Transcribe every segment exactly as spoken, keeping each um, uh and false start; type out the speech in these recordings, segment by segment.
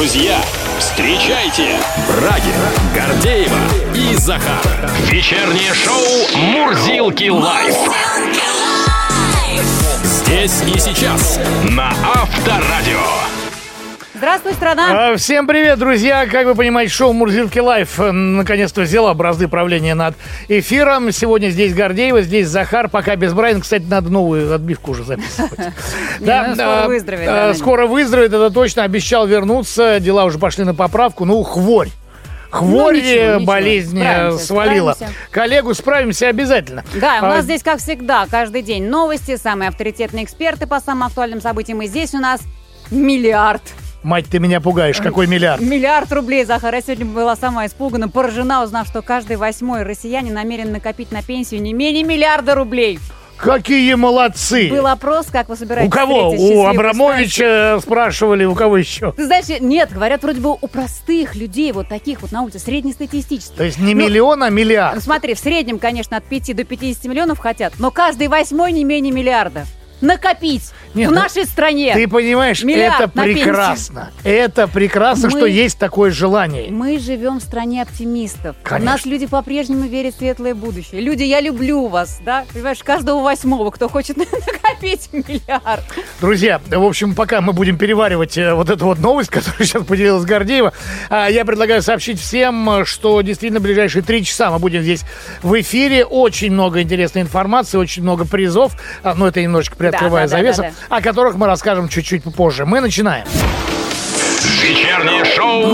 Друзья, встречайте Брагина, Гордеева и Захар. Вечернее шоу «Мурзилки лайф». Здесь и сейчас на Авторадио. Здравствуй, страна! Всем привет, друзья! Как вы понимаете, шоу «Мурзилки лайф» наконец-то взяло бразды правления над эфиром. Сегодня здесь Гордеева, здесь Захар. Пока без Брайана. Кстати, надо новую отбивку уже записывать. Скоро выздоровеет. Скоро выздоровеет, это точно. Обещал вернуться. Дела уже пошли на поправку. Ну, хворь. Хворь, ну, ничего, ничего. Болезнь справимся, свалила. Справимся. Коллегу справимся обязательно. Да, у нас а... здесь, как всегда, каждый день новости, самые авторитетные эксперты по самым актуальным событиям. И здесь у нас миллиард. Мать, ты меня пугаешь. Какой миллиард? Миллиард рублей, Захар. Я сегодня была сама испугана, поражена, узнав, что каждый восьмой россиянин намерен накопить на пенсию не менее миллиарда рублей. Какие молодцы! Был опрос, как вы собираетесь. У кого? У Абрамовича спрашивали, у кого еще? Ты знаешь, нет, говорят, вроде бы у простых людей, вот таких вот на улице, среднестатистических. То есть не ну, миллион, а миллиард. Ну, смотри, в среднем, конечно, от пяти до пятидесяти миллионов хотят, но каждый восьмой не менее миллиарда. Накопить Нет, в нашей стране. Ты понимаешь, это прекрасно. Это прекрасно, мы, что есть такое желание. Мы живем в стране оптимистов. Конечно. У нас люди по-прежнему верят в светлое будущее. Люди, я люблю вас, да? Понимаешь, каждого восьмого, кто хочет накопить миллиард. Друзья, в общем, пока мы будем переваривать вот эту вот новость, которую сейчас поделилась Гордеева, я предлагаю сообщить всем, что действительно в ближайшие три часа мы будем здесь в эфире. Очень много интересной информации, очень много призов. Ну, это немножечко приоткрывая да, да, завесу, да, да, да. о которых мы расскажем чуть-чуть попозже. Мы начинаем. Вечернее шоу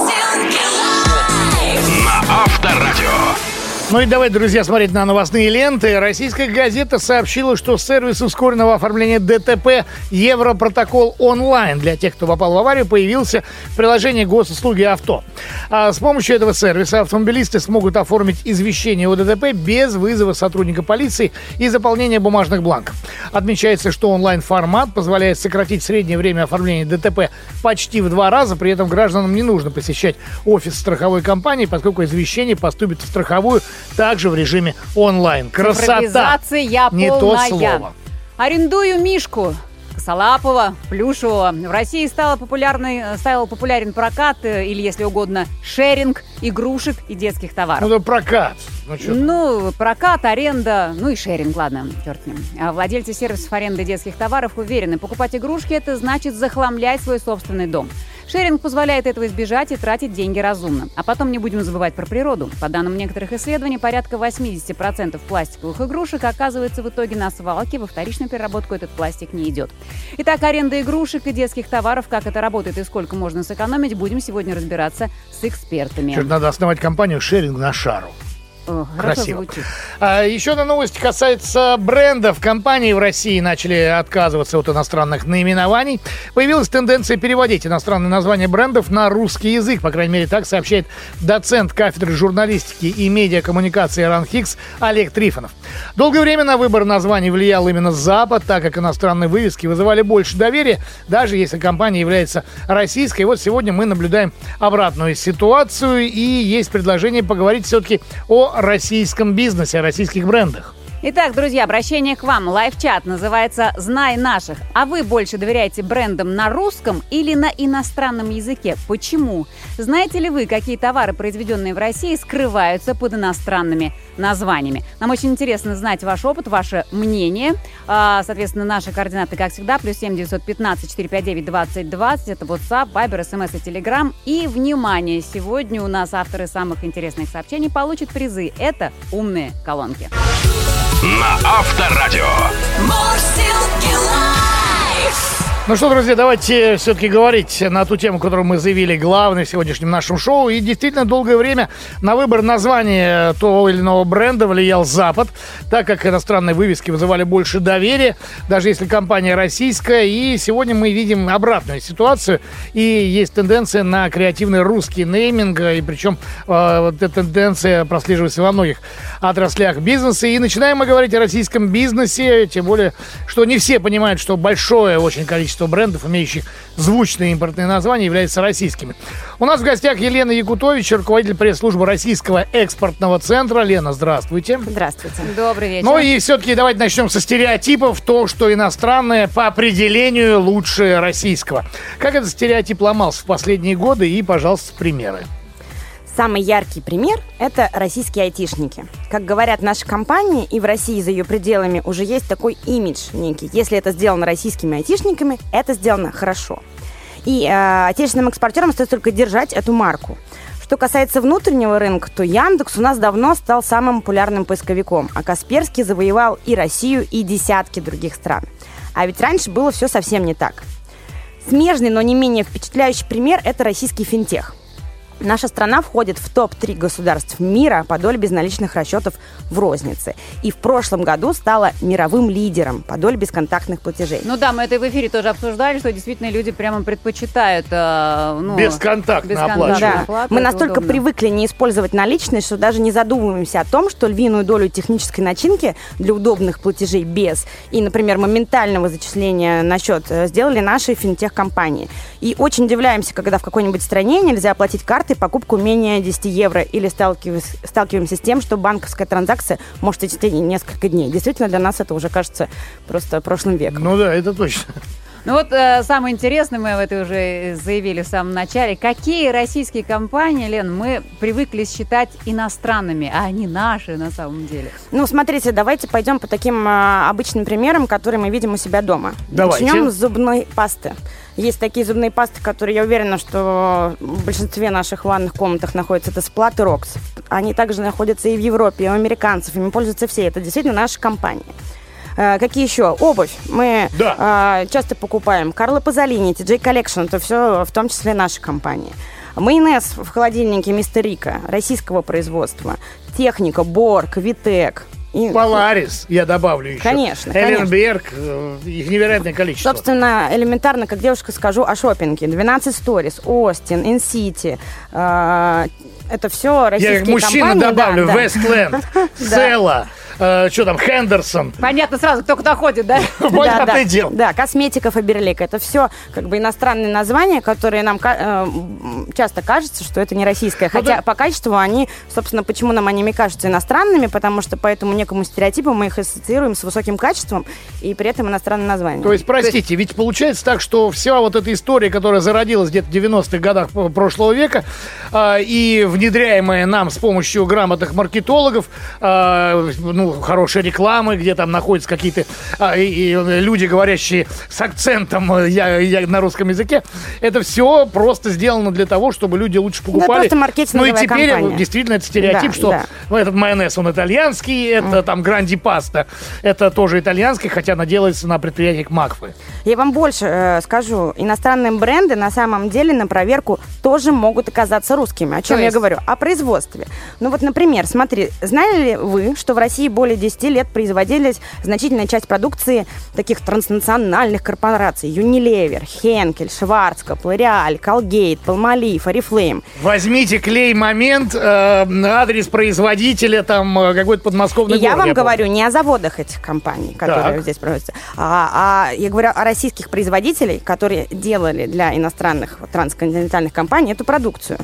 на Авторадио. Ну и давайте, друзья, смотреть на новостные ленты. Российская газета сообщила, что сервис ускоренного оформления ДТП «Европротокол онлайн» для тех, кто попал в аварию, появился в приложении госуслуги «Авто». А с помощью этого сервиса автомобилисты смогут оформить извещение о ДТП без вызова сотрудника полиции и заполнения бумажных бланков. Отмечается, что онлайн-формат позволяет сократить среднее время оформления ДТП почти в два раза. При этом гражданам не нужно посещать офис страховой компании, поскольку извещение поступит в страховую также в режиме онлайн. Красота! Цифровизация не полная. то слово. Арендую мишку косолапого, плюшевого. В России стал популярный, стал популярен прокат, или, если угодно, шеринг игрушек и детских товаров. Ну, это прокат. Ну, ну, прокат, аренда, ну и шеринг, ладно, черт с ним. А владельцы сервисов аренды детских товаров уверены, покупать игрушки – это значит захламлять свой собственный дом. Шеринг позволяет этого избежать и тратить деньги разумно. А потом не будем забывать про природу. По данным некоторых исследований, порядка восемьдесят процентов пластиковых игрушек оказывается в итоге на свалке. Во вторичную переработку этот пластик не идет. Итак, аренда игрушек и детских товаров, как это работает и сколько можно сэкономить, будем сегодня разбираться с экспертами. Что-то надо основать компанию «Шеринг на шару». О, красиво. А, еще одна новость касается брендов. Компании в России начали отказываться от иностранных наименований. Появилась тенденция переводить иностранные названия брендов на русский язык. По крайней мере, так сообщает доцент кафедры журналистики и медиакоммуникации РАНХИКС Олег Трифонов. Долгое время на выбор названий влиял именно Запад, так как иностранные вывески вызывали больше доверия, даже если компания является российской. И вот сегодня мы наблюдаем обратную ситуацию, и есть предложение поговорить все-таки о российском бизнесе, о российских брендах. Итак, друзья, обращение к вам. Лайв-чат называется «Знай наших». А вы больше доверяете брендам на русском или на иностранном языке? Почему? Знаете ли вы, какие товары, произведенные в России, скрываются под иностранными названиями? Нам очень интересно знать ваш опыт, ваше мнение. Соответственно, наши координаты, как всегда, плюс семь девятьсот пятнадцать четыреста пятьдесят девять двадцать двадцать. Это WhatsApp, Viber, эс эм эс и Telegram. И, внимание, сегодня у нас авторы самых интересных сообщений получат призы. Это умные колонки. На Авторадио. Ну что, друзья, давайте все-таки говорить на ту тему, которую мы заявили главной в сегодняшнем нашем шоу. И действительно, долгое время на выбор названия того или иного бренда влиял Запад, так как иностранные вывески вызывали больше доверия, даже если компания российская. И сегодня мы видим обратную ситуацию. И есть тенденция на креативный русский нейминг. И причем э, вот эта тенденция прослеживается во многих отраслях бизнеса. И начинаем мы говорить о российском бизнесе, тем более, что не все понимают, что большое очень количество количество брендов, имеющих звучные импортные названия, являются российскими. У нас в гостях Елена Якутович, руководитель пресс-службы Российского экспортного центра. Лена, здравствуйте. Здравствуйте. Добрый вечер. Ну и все-таки давайте начнем со стереотипов. То, что иностранное по определению лучше российского. Как этот стереотип ломался в последние годы? И, пожалуйста, примеры. Самый яркий пример – это российские айтишники. Как говорят наши компании, и в России за ее пределами уже есть такой имидж некий. Если это сделано российскими айтишниками, это сделано хорошо. И э, отечественным экспортерам остается только держать эту марку. Что касается внутреннего рынка, то Яндекс у нас давно стал самым популярным поисковиком, а Касперский завоевал и Россию, и десятки других стран. А ведь раньше было все совсем не так. Смежный, но не менее впечатляющий пример – это российский финтех. Наша страна входит в топ три государств мира по доле безналичных расчетов в рознице. И в прошлом году стала мировым лидером по доле бесконтактных платежей. Ну да, мы это в эфире тоже обсуждали, что действительно люди прямо предпочитают... Э, ну, бесконтактно оплачивать. Да. Оплату, Мы настолько удобно. привыкли не использовать наличные, что даже не задумываемся о том, что львиную долю технической начинки для удобных платежей без и, например, моментального зачисления на счет сделали наши финтех-компании. И очень удивляемся, когда в какой-нибудь стране нельзя оплатить картой покупку менее десять евро, или сталкиваемся, сталкиваемся с тем, что банковская транзакция может идти несколько дней. Действительно, для нас это уже кажется просто прошлым веком. Ну да, это точно. Ну вот э, самое интересное, мы это уже заявили в самом начале, какие российские компании, Лен, мы привыкли считать иностранными, а они наши на самом деле? Ну, смотрите, давайте пойдем по таким э, обычным примерам, которые мы видим у себя дома. Давайте. Начнем с зубной пасты. Есть такие зубные пасты, которые, я уверена, что в большинстве наших ванных комнатах находятся. Это Сплат и Рокс. Они также находятся и в Европе, и у американцев. Ими пользуются все. Это действительно наши компании. Uh, какие еще? Обувь. Мы да. uh, часто покупаем. Карло Пазолини, ти джей Collection. Это все в том числе наши компании. Майонез в холодильнике Мистер Рика российского производства. Техника, Борг, Витек. И... Поларис, я добавлю еще. Конечно, Эленберг, их невероятное количество. Собственно, элементарно, как девушка, скажу о шопинге. двенадцать Stories, Остин, Инсити. Э, это все российские компании. Я как мужчина добавлю, Вестленд, Села. Uh, что там, Хендерсон. Понятно сразу, кто куда ходит, да? Понятное дело. Да, косметика Фаберлик. Это все как бы иностранные названия, которые нам э, часто кажется, что это не российское. Хотя ну, да. по качеству они, собственно, почему нам они кажутся иностранными, потому что по этому некому стереотипу мы их ассоциируем с высоким качеством и при этом иностранным названием. То есть, простите, То есть... ведь получается так, что вся вот эта история, которая зародилась где-то в девяностых годах прошлого века э, и внедряемая нам с помощью грамотных маркетологов, э, ну, хорошей рекламы, где там находятся какие-то а, и, и люди, говорящие с акцентом я, я, на русском языке. Это все просто сделано для того, чтобы люди лучше покупали. Да, просто маркетинговая Ну и теперь компания. Действительно это стереотип, да, что да. Ну, этот майонез, он итальянский, это mm. там Гранди Паста, это тоже итальянский, хотя она делается на предприятиях Макфы. Я вам больше э, скажу. Иностранные бренды на самом деле на проверку тоже могут оказаться русскими. О чем я говорю? О производстве. Ну вот, например, смотри, знали ли вы, что в России более десяти лет производились значительная часть продукции таких транснациональных корпораций: Unilever, Henkel, Schwarzkopf, L'Oreal, Colgate, Palmolive, Oriflame. Возьмите клей-момент, э, адрес производителя, там какой-то подмосковный И город. Я вам я говорю не о заводах этих компаний, которые так. здесь производятся, а, а я говорю о российских производителей, которые делали для иностранных трансконтинентальных компаний эту продукцию.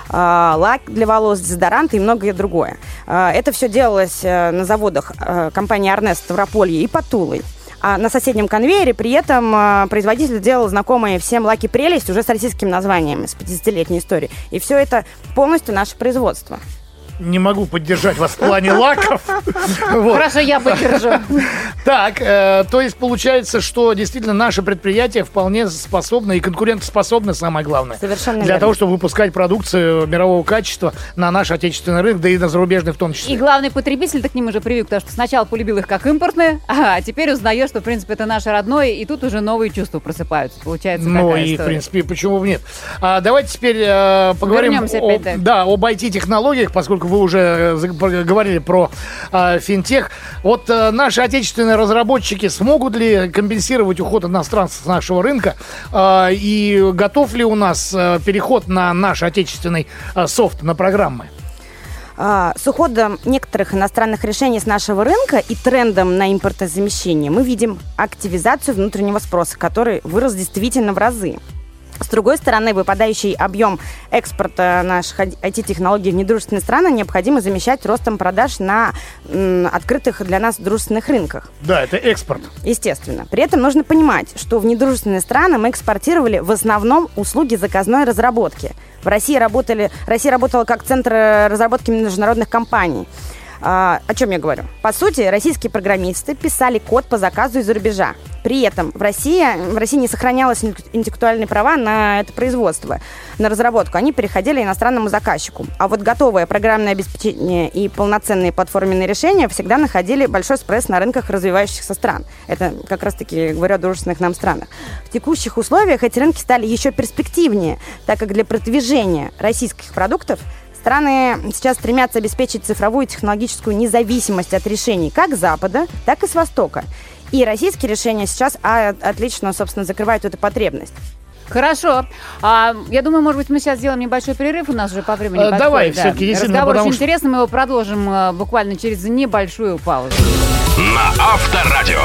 Лак для волос, дезодоранты и многое другое. Это все делалось на заводах компании Арнест в Ставрополье и под Тулой. А на соседнем конвейере при этом производитель делал знакомые всем лаки «Прелесть» уже с российским названием, с пятидесятилетней историей. И все это полностью наше производство. Не могу поддержать вас в плане лаков. Хорошо, я поддержу. Так, то есть получается, что действительно наши предприятия вполне способны и конкурентоспособны, самое главное. Совершенно Для того, чтобы выпускать продукцию мирового качества на наш отечественный рынок, да и на зарубежный в том числе. И главный потребитель-то к ним уже привык, потому что сначала полюбил их как импортные, а теперь узнает, что, в принципе, это наше родное, и тут уже новые чувства просыпаются. Получается такая история. Ну и, в принципе, почему бы нет. А, давайте теперь э, поговорим Вернемся о, опять, да. Да, об ай ти-технологиях, поскольку вы уже говорили про э, финтех. Вот э, наши отечественные разработчики смогут ли компенсировать уход иностранцев с нашего рынка? Э, и готов ли у нас э, переход на наш отечественный э, софт, на программы? С уходом некоторых иностранных решений с нашего рынка и трендом на импортозамещение мы видим активизацию внутреннего спроса, который вырос действительно в разы. С другой стороны, выпадающий объем экспорта наших ай ти-технологий в недружественные страны необходимо замещать ростом продаж на м, открытых для нас дружественных рынках. Да, это экспорт. Естественно. При этом нужно понимать, что в недружественные страны мы экспортировали в основном услуги заказной разработки. В России работали, Россия работала как центр разработки международных компаний. А, о чем я говорю? По сути, российские программисты писали код по заказу из-за рубежа. При этом в России, в России не сохранялось интеллектуальные права на это производство, на разработку. Они переходили иностранному заказчику. А вот готовое программное обеспечение и полноценные платформенные решения всегда находили большой спрос на рынках развивающихся стран. Это как раз-таки говорю о дружественных нам странах. В текущих условиях эти рынки стали еще перспективнее, так как для продвижения российских продуктов страны сейчас стремятся обеспечить цифровую и технологическую независимость от решений как с Запада, так и с Востока. И российские решения сейчас а, отлично, собственно, закрывают эту потребность. Хорошо. А, я думаю, может быть, мы сейчас сделаем небольшой перерыв. У нас уже по времени а, подходит. Давай, да. все-таки, действительно, разговор очень что... интересный. Мы его продолжим а, буквально через небольшую паузу. На Авторадио.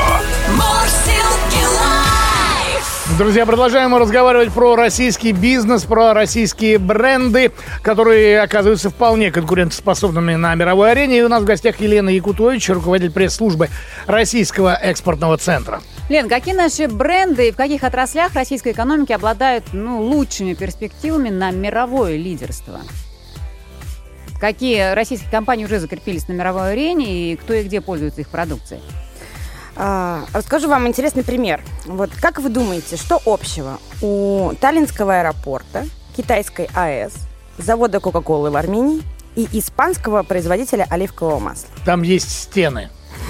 Друзья, продолжаем разговаривать про российский бизнес, про российские бренды, которые оказываются вполне конкурентоспособными на мировой арене. И у нас в гостях Елена Якутович, руководитель пресс-службы Российского экспортного центра. Лен, какие наши бренды и в каких отраслях российской экономики обладают ну, лучшими перспективами на мировое лидерство? Какие российские компании уже закрепились на мировой арене и кто и где пользуется их продукцией? А, расскажу вам интересный пример. Вот как вы думаете, что общего у Таллинского аэропорта, китайской АЭС, завода Кока-Колы в Армении и испанского производителя оливкового масла? Там есть стены.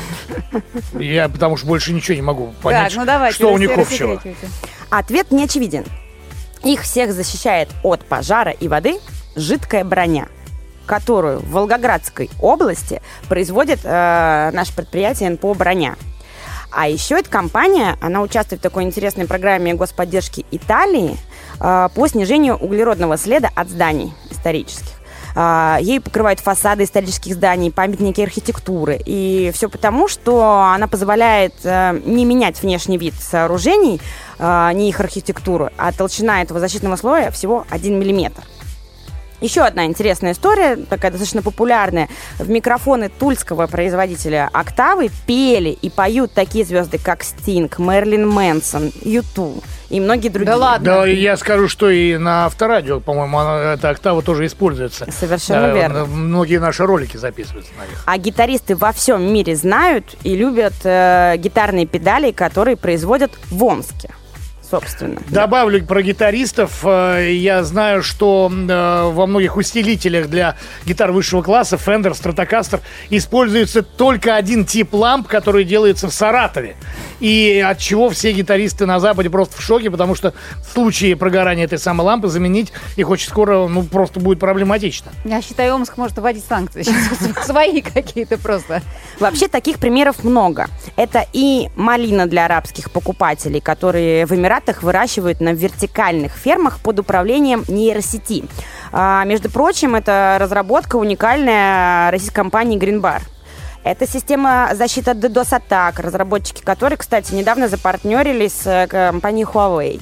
Я потому что больше ничего не могу понять, так, ну давайте, что у них общего. Ответ не очевиден. Их всех защищает от пожара и воды жидкая броня, которую в Волгоградской области производит э, наше предприятие эн пэ о «Броня». А еще эта компания, она участвует в такой интересной программе господдержки Италии э, по снижению углеродного следа от зданий исторических. Э, ей покрывают фасады исторических зданий, памятники архитектуры. И все потому, что она позволяет э, не менять внешний вид сооружений, э, не их архитектуру, а толщина этого защитного слоя всего один миллиметр. Еще одна интересная история, такая достаточно популярная. В микрофоны тульского производителя «Октавы» пели и поют такие звезды, как Стинг, Мэрилин Мэнсон, ю ту и многие другие. Да ладно? Да, я скажу, что и на Авторадио, по-моему, она, эта «Октава» тоже используется. Совершенно да, верно. Многие наши ролики записываются на них. А гитаристы во всем мире знают и любят э, гитарные педали, которые производят в Омске. Собственно. Добавлю про гитаристов. Я знаю, что во многих усилителях для гитар высшего класса Fender, Stratocaster используется только один тип ламп, который делается в Саратове. И от чего все гитаристы на Западе просто в шоке, потому что в случае прогорания этой самой лампы заменить их очень скоро ну, просто будет проблематично. Я считаю, Омск может вводить санкции. Свои какие-то просто. Вообще таких примеров много. Это и малина для арабских покупателей, которые в Эмиратах выращивают на вертикальных фермах под управлением нейросети. А, между прочим, это разработка уникальная российской компании Green Bar. Это система защиты от ддос-атак, разработчики которой, кстати, недавно запартнерились с компанией Huawei.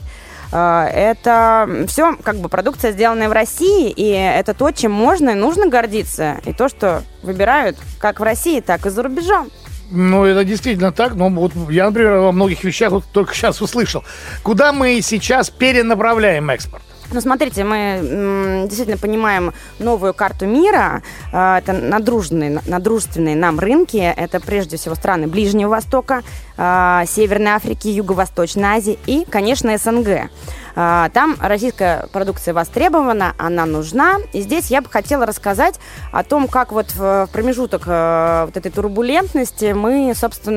Это все как бы продукция, сделанная в России, и это то, чем можно и нужно гордиться, и то, что выбирают как в России, так и за рубежом. Ну, это действительно так. Но вот я, например, во многих вещах вот только сейчас услышал. Куда мы сейчас перенаправляем экспорт? Ну, смотрите, мы м, действительно понимаем новую карту мира. Э, это надруженные, надружественные нам рынки. Это прежде всего страны Ближнего Востока, э, Северной Африки, Юго-Восточной Азии и, конечно, эс эн гэ. Э, там российская продукция востребована, она нужна. И здесь я бы хотела рассказать о том, как вот в промежуток э, вот этой турбулентности мы, собственно,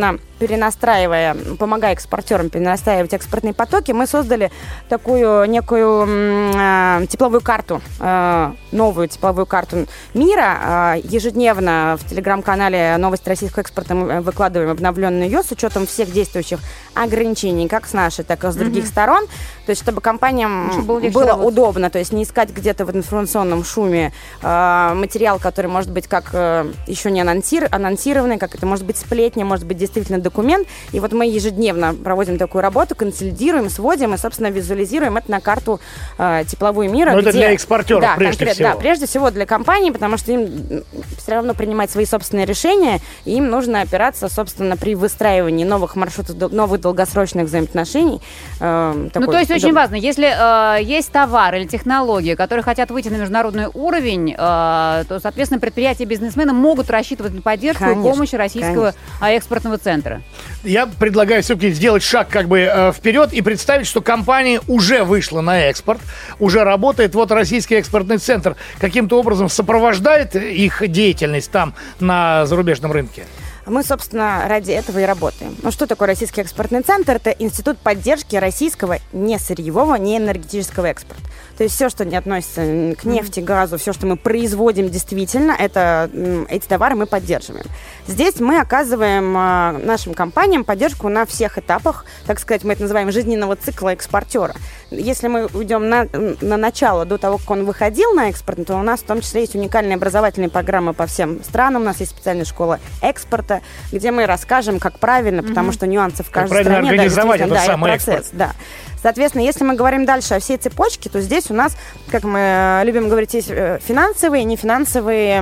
перенастраивая, помогая экспортерам перенастраивать экспортные потоки, мы создали такую некую э, тепловую карту, э, новую тепловую карту мира. Э, ежедневно в телеграм-канале «Новости российского экспорта» мы выкладываем обновленную ее с учетом всех действующих ограничений, как с нашей, так и с других mm-hmm. сторон. То есть, чтобы компаниям чтобы было, было работать. удобно, то есть не искать где-то в информационном шуме э, материал, который может быть как э, еще не анонсир, анонсированный, как это может быть сплетня, может быть действительно документ. И вот мы ежедневно проводим такую работу, консолидируем, сводим и, собственно, визуализируем это на карту э, тепловую мира. Но где... это для экспортеров, да, прежде конкрет... всего. Да, прежде всего для компаний, потому что им все равно принимать свои собственные решения, и им нужно опираться, собственно, при выстраивании новых маршрутов, новых долгосрочных взаимоотношений. Э, ну, то есть удоб... очень важно, если э, есть товар или технологии, которые хотят выйти на международный уровень, э, то, соответственно, предприятия и бизнесмены могут рассчитывать на поддержку конечно, и помощь российского конечно. экспортного центра. Я предлагаю все-таки сделать шаг как бы э, вперед и представить, что компания уже вышла на экспорт, уже работает. Вот российский экспортный центр каким-то образом сопровождает их деятельность там на зарубежном рынке? Мы, собственно, ради этого и работаем. Ну, что такое Российский экспортный центр? Это институт поддержки российского не сырьевого, не энергетического экспорта. То есть все, что не относится к нефти, газу, все, что мы производим действительно, это, эти товары мы поддерживаем. Здесь мы оказываем нашим компаниям поддержку на всех этапах, так сказать, мы это называем жизненного цикла экспортера. Если мы уйдем на, на начало, до того, как он выходил на экспорт, то у нас в том числе есть уникальные образовательные программы по всем странам. У нас есть специальная школа экспорта, где мы расскажем, как правильно, потому mm-hmm. что нюансы в каждой стране. Организовать да, этот да, самый процесс, экспорт. Да. Соответственно, если мы говорим дальше о всей цепочке, то здесь у нас, как мы любим говорить, есть финансовые и нефинансовые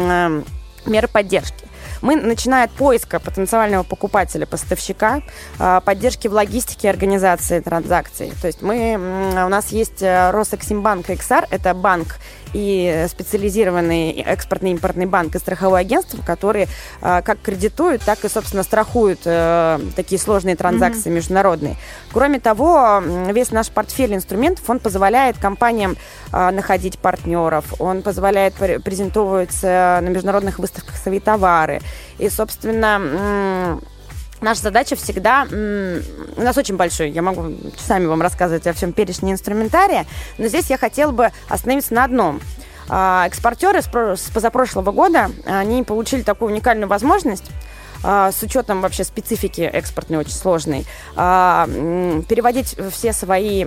меры поддержки. Мы, начиная от поиска потенциального покупателя, поставщика, поддержки в логистике организации транзакций. То есть мы, у нас есть Росэксимбанк икс ар, это банк и специализированный экспортный импортный банк и страховое агентство, которые как кредитуют, так и, собственно, страхуют такие сложные транзакции mm-hmm. международные. Кроме того, весь наш портфель инструментов, он позволяет компаниям находить партнеров, он позволяет презентовать на международных выставках свои товары. И, собственно, наша задача всегда... У нас очень большой, я могу часами вам рассказывать о всем перечне инструментария, но здесь я хотела бы остановиться на одном. Экспортеры с позапрошлого года, они получили такую уникальную возможность с учетом вообще специфики экспортной очень сложной, переводить все свои,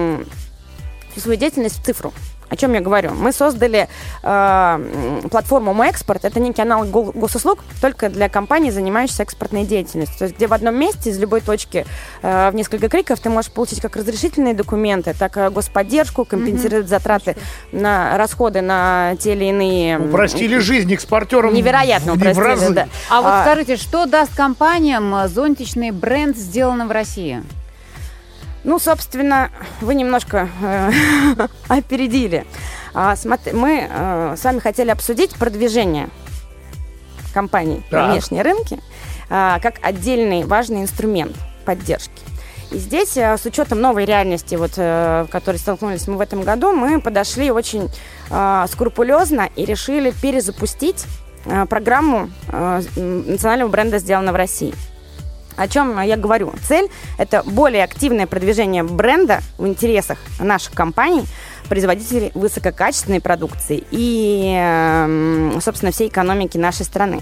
всю свою деятельность в цифру. О чем я говорю? Мы создали э, платформу «Мой экспорт». Это некий аналог госуслуг, только для компаний, занимающихся экспортной деятельностью. То есть где в одном месте, из любой точки, э, в несколько кликов ты можешь получить как разрешительные документы, так и господдержку, компенсировать mm-hmm. затраты на расходы на те или иные... Упростили жизнь экспортерам. Невероятно упростили, да. А вот скажите, что даст компаниям зонтичный бренд, сделанный в России? Ну, собственно, вы немножко э, опередили. А, смотри, мы э, с вами хотели обсудить продвижение компаний на внешние рынки э, как отдельный важный инструмент поддержки. И здесь, э, с учетом новой реальности, вот, э, в которой столкнулись мы в этом году, мы подошли очень э, скрупулезно и решили перезапустить э, программу э, национального бренда «Сделано в России». О чем я говорю? Цель – это более активное продвижение бренда в интересах наших компаний, производителей высококачественной продукции и, собственно, всей экономики нашей страны.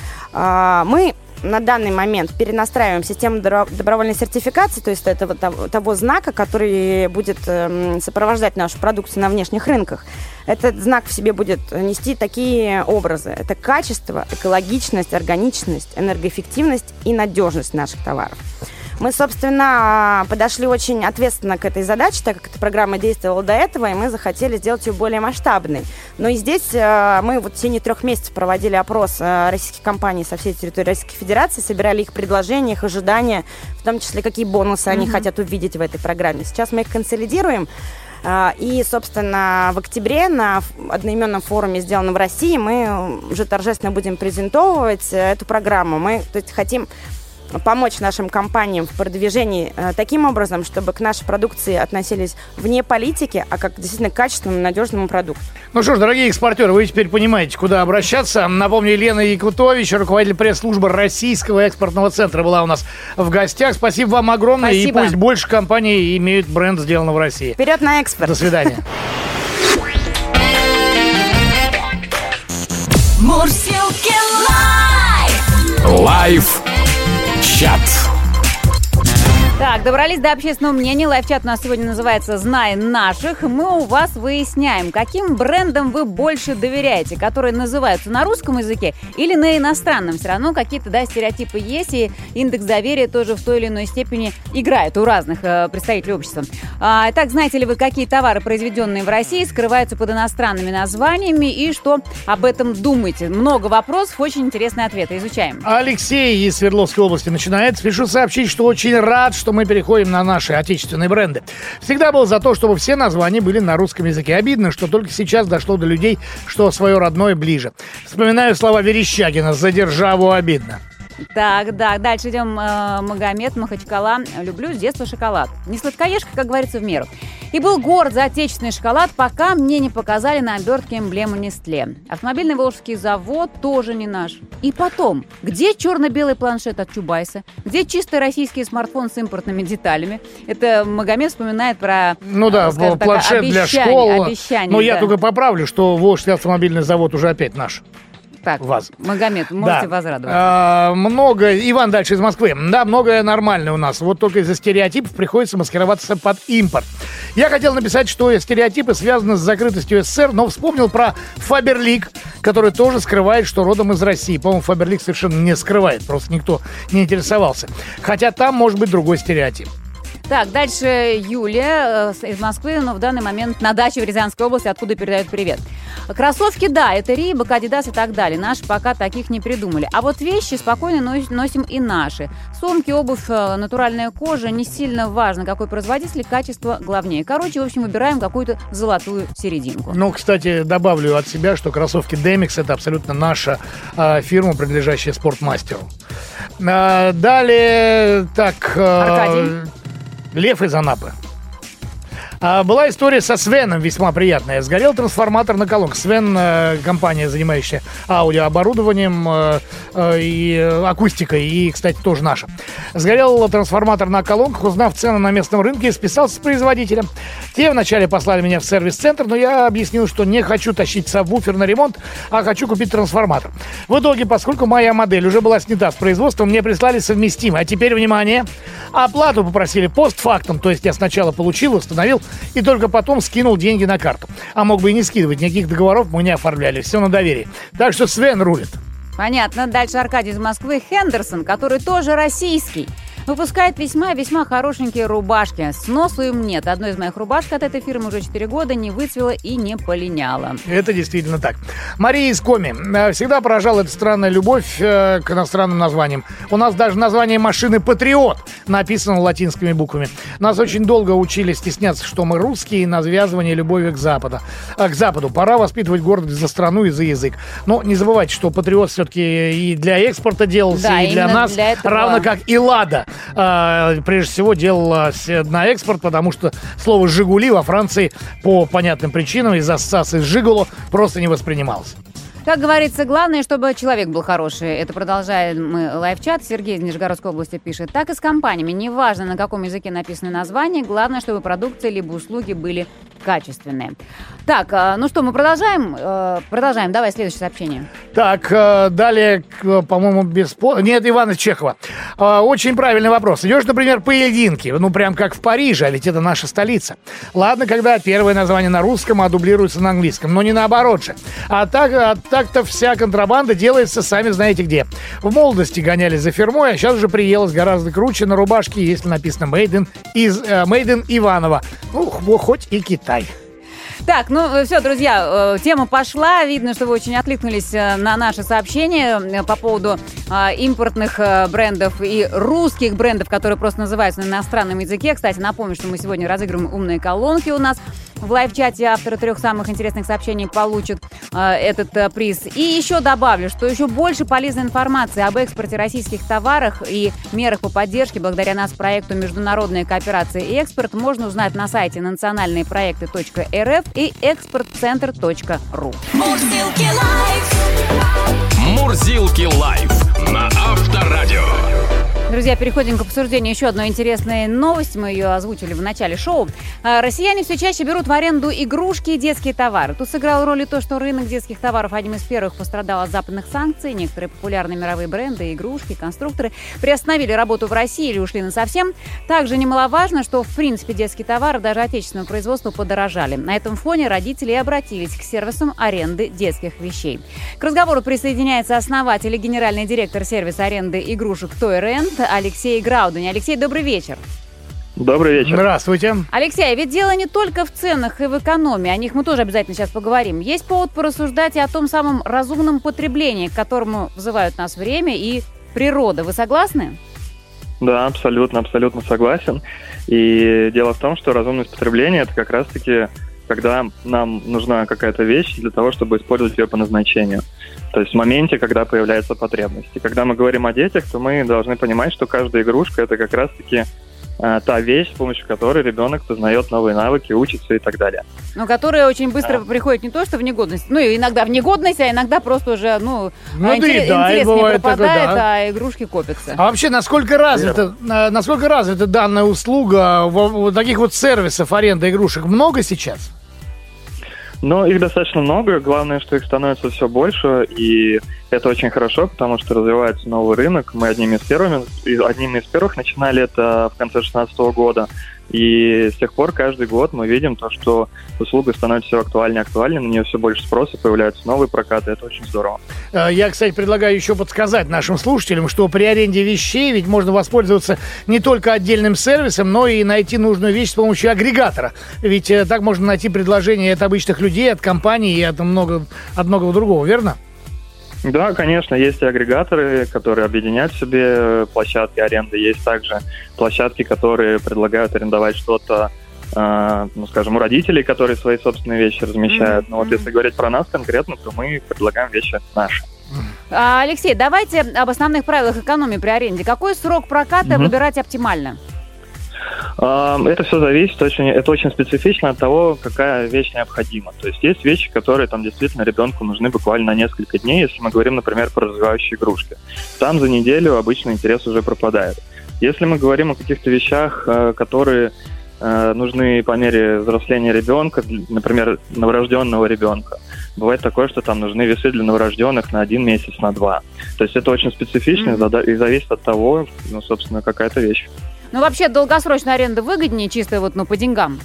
Мы на данный момент перенастраиваем систему добровольной сертификации, то есть этого того, того знака, который будет сопровождать нашу продукцию на внешних рынках. Этот знак в себе будет нести такие образы. Это качество, экологичность, органичность, энергоэффективность и надежность наших товаров. Мы, собственно, подошли очень ответственно к этой задаче, так как эта программа действовала до этого, и мы захотели сделать ее более масштабной. Но и здесь мы вот в течение трех месяцев проводили опрос российских компаний со всей территории Российской Федерации, собирали их предложения, их ожидания, в том числе какие бонусы mm-hmm. они хотят увидеть в этой программе. Сейчас мы их консолидируем. И, собственно, в октябре на одноименном форуме «Сделано в России» мы уже торжественно будем презентовать эту программу. Мы то есть, хотим помочь нашим компаниям в продвижении э, таким образом, чтобы к нашей продукции относились вне политики, а как действительно к качественному, надежному продукту. Ну что ж, дорогие экспортеры, вы теперь понимаете, куда обращаться. Напомню, Елена Якутович, руководитель пресс-службы Российского экспортного центра, была у нас в гостях. Спасибо вам огромное. Спасибо. И пусть больше компаний имеют бренд «Сделано в России». Вперед на экспорт. До свидания. Мурзилки лайф! Лайф-чат. Так, добрались до общественного мнения. Лайфчат у нас сегодня называется «Знай наших». Мы у вас выясняем, каким брендам вы больше доверяете, которые называются на русском языке или на иностранном. Все равно какие-то, да, стереотипы есть, и индекс доверия тоже в той или иной степени играет у разных э, представителей общества. А, итак, знаете ли вы, какие товары, произведенные в России, скрываются под иностранными названиями, и что об этом думаете? Много вопросов, очень интересные ответы. Изучаем. Алексей из Свердловской области начинает. Спешу сообщить, что очень рад, что мы переходим на наши отечественные бренды. Всегда был за то, чтобы все названия были на русском языке. Обидно, что только сейчас дошло до людей, что свое родное ближе. Вспоминаю слова Верещагина: «За державу обидно». Так, да, дальше идем. Э, Магомед, Махачкала. Люблю с детства шоколад. Не сладкоежка, как говорится, в меру. И был горд за отечественный шоколад, пока мне не показали на обертке эмблему Нестле. Автомобильный Волжский завод тоже не наш. И потом, где черно-белый планшет от Чубайса? Где чистый российский смартфон с импортными деталями? Это Магомед вспоминает про, ну да, скажем так, планшет для обещание, школ. обещание, Но да. я только поправлю, что Волжский автомобильный завод уже опять наш. Так, вас. Магомед, можете да. возрадоваться. А, много, Иван дальше из Москвы. Да, многое нормально у нас. Вот только из-за стереотипов приходится маскироваться под импорт. Я хотел написать, что стереотипы связаны с закрытостью СССР, но вспомнил про Фаберлик, который тоже скрывает, что родом из России. По-моему, Фаберлик совершенно не скрывает, просто никто не интересовался. Хотя там может быть другой стереотип. Так, дальше Юлия э, из Москвы, но в данный момент на даче в Рязанской области, откуда передают привет. Кроссовки, да, это Рибок, Адидас и так далее. Наши пока таких не придумали. А вот вещи спокойно носим и наши. Сумки, обувь, натуральная кожа. Не сильно важно, какой производитель, качество главнее. Короче, в общем, выбираем какую-то золотую серединку. Ну, кстати, добавлю от себя, что кроссовки Demix — это абсолютно наша э, фирма, принадлежащая Спортмастеру. Э, далее, так... Э, Аркадий. Лев из Анапы. А, была история со Свеном весьма приятная. Сгорел трансформатор на колонках. Свен, э, компания, занимающая аудиооборудованием э, э, и акустикой, и, кстати, тоже наша. Сгорел трансформатор на колонках. Узнав цену на местном рынке, списался с производителем. Те вначале послали меня в сервис-центр, но я объяснил, что не хочу тащить сабвуфер на ремонт, а хочу купить трансформатор. В итоге, поскольку моя модель уже была снята с производства, мне прислали совместимый. А теперь, внимание, оплату попросили постфактум. То есть я сначала получил, установил, и только потом скинул деньги на карту. А мог бы и не скидывать, никаких договоров мы не оформляли. Все на доверии. Так что Свен рулит. Понятно. Дальше Аркадий из Москвы. Хендерсон, который тоже российский, выпускает весьма-весьма хорошенькие рубашки. Сносу им нет. Одной из моих рубашек от этой фирмы уже четыре года не выцвела и не полиняла. Это действительно так. Мария из Коми. Всегда поражала эта странная любовь э, к иностранным названиям. У нас даже название машины «Патриот» написано латинскими буквами. Нас очень долго учили стесняться, что мы русские, и навязывание любови к Западу. А к Западу. Пора воспитывать гордость за страну и за язык. Но не забывайте, что «Патриот» все-таки и для экспорта делался, да, и для нас, для этого... равно как и «Лада». Прежде всего делалась на экспорт, потому что слово «Жигули» во Франции по понятным причинам из-за ассоциации с «Жигуло» просто не воспринималось. Как говорится, главное, чтобы человек был хороший. Это продолжаем мы лайв-чат. Сергей из Нижегородской области пишет. Так и с компаниями. Неважно, на каком языке написано название, главное, чтобы продукция либо услуги были качественные. Так, ну что, мы продолжаем? Продолжаем. Давай следующее сообщение. Так, далее, по-моему, без... Нет, Иван из Чехова. Очень правильный вопрос. Идешь, например, поединки. Ну, прям как в Париже, а ведь это наша столица. Ладно, когда первое название на русском, а дублируется на английском. Но не наоборот же. А так, а так-то вся контрабанда делается сами знаете где. В молодости гонялись за фирмой, а сейчас уже приелось гораздо круче. На рубашке, если написано «Made in, из, uh, Made in Иваново». Ну, хоть и Китай. Так, ну все, друзья, тема пошла. Видно, что вы очень откликнулись на наши сообщения по поводу импортных брендов и русских брендов, которые просто называются на иностранном языке. Кстати, напомню, что мы сегодня разыгрываем умные колонки у нас. В лайв-чате авторы трех самых интересных сообщений получат э, этот э, приз. И еще добавлю, что еще больше полезной информации об экспорте российских товаров и мерах по поддержке благодаря нас проекту «Международная кооперация и экспорт» можно узнать на сайте национальные проекты точка эр эф и экспортцентр точка ру. Мурзилки лайф. Мурзилки лайф на Авторадио. Друзья, переходим к обсуждению еще одной интересной новости. Мы ее озвучили в начале шоу. Россияне все чаще берут в аренду игрушки и детские товары. Тут сыграло роль и то, что рынок детских товаров одним из первых пострадал от западных санкций. Некоторые популярные мировые бренды, игрушки, конструкторы приостановили работу в России или ушли насовсем. Также немаловажно, что в принципе детские товары даже отечественного производства подорожали. На этом фоне родители обратились к сервисам аренды детских вещей. К разговору присоединяется основатель и генеральный директор сервиса аренды игрушек Toy Rent Алексей Граудань. Алексей, добрый вечер. Добрый вечер. Здравствуйте. Алексей, ведь дело не только в ценах и в экономии, о них мы тоже обязательно сейчас поговорим. Есть повод порассуждать и о том самом разумном потреблении, к которому взывают нас время и природа. Вы согласны? Да, абсолютно, абсолютно согласен. И дело в том, что разумность потребления – это как раз-таки когда нам нужна какая-то вещь для того, чтобы использовать ее по назначению. То есть в моменте, когда появляется потребность. И когда мы говорим о детях, то мы должны понимать, что каждая игрушка – это как раз-таки э, та вещь, с помощью которой ребенок познает новые навыки, учится и так далее. Но которая очень быстро да. приходит не то, что в негодность, ну, иногда в негодность, а иногда просто уже, ну, ну интерес, да, интерес не бывает пропадает, такое, да. а игрушки копятся. А вообще, насколько развита, э, насколько развита данная услуга, вот таких вот сервисов аренды игрушек много сейчас? Но их достаточно много, главное, что их становится все больше, и это очень хорошо, потому что развивается новый рынок. Мы одними из первых, одними из первых начинали это в конце две тысячи шестнадцатого года, и с тех пор каждый год мы видим то, что услуга становится все актуальнее и актуальнее, на нее все больше спроса, появляются новые прокаты, это очень здорово. Я, кстати, предлагаю еще подсказать нашим слушателям, что при аренде вещей ведь можно воспользоваться не только отдельным сервисом, но и найти нужную вещь с помощью агрегатора. Ведь так можно найти предложения от обычных людей, от компаний и от, много, от многого другого, верно? Да, конечно, есть и агрегаторы, которые объединяют в себе площадки аренды. Есть также площадки, которые предлагают арендовать что-то, э, ну, скажем, у родителей, которые свои собственные вещи размещают. Mm-hmm. Но вот если говорить про нас конкретно, то мы предлагаем вещи наши. А, Алексей, давайте об основных правилах экономии при аренде. Какой срок проката mm-hmm. выбирать оптимально? Это все зависит, очень, это очень специфично от того, какая вещь необходима. То есть есть вещи, которые там действительно ребенку нужны буквально на несколько дней, если мы говорим, например, про развивающие игрушки. Там за неделю обычно интерес уже пропадает. Если мы говорим о каких-то вещах, которые нужны по мере взросления ребенка, например, новорожденного ребенка, бывает такое, что там нужны весы для новорожденных на один месяц, на два. То есть это очень специфично mm-hmm. и зависит от того, ну, собственно, какая-то вещь. Ну, вообще, долгосрочная аренда выгоднее, чисто вот, ну, по деньгам?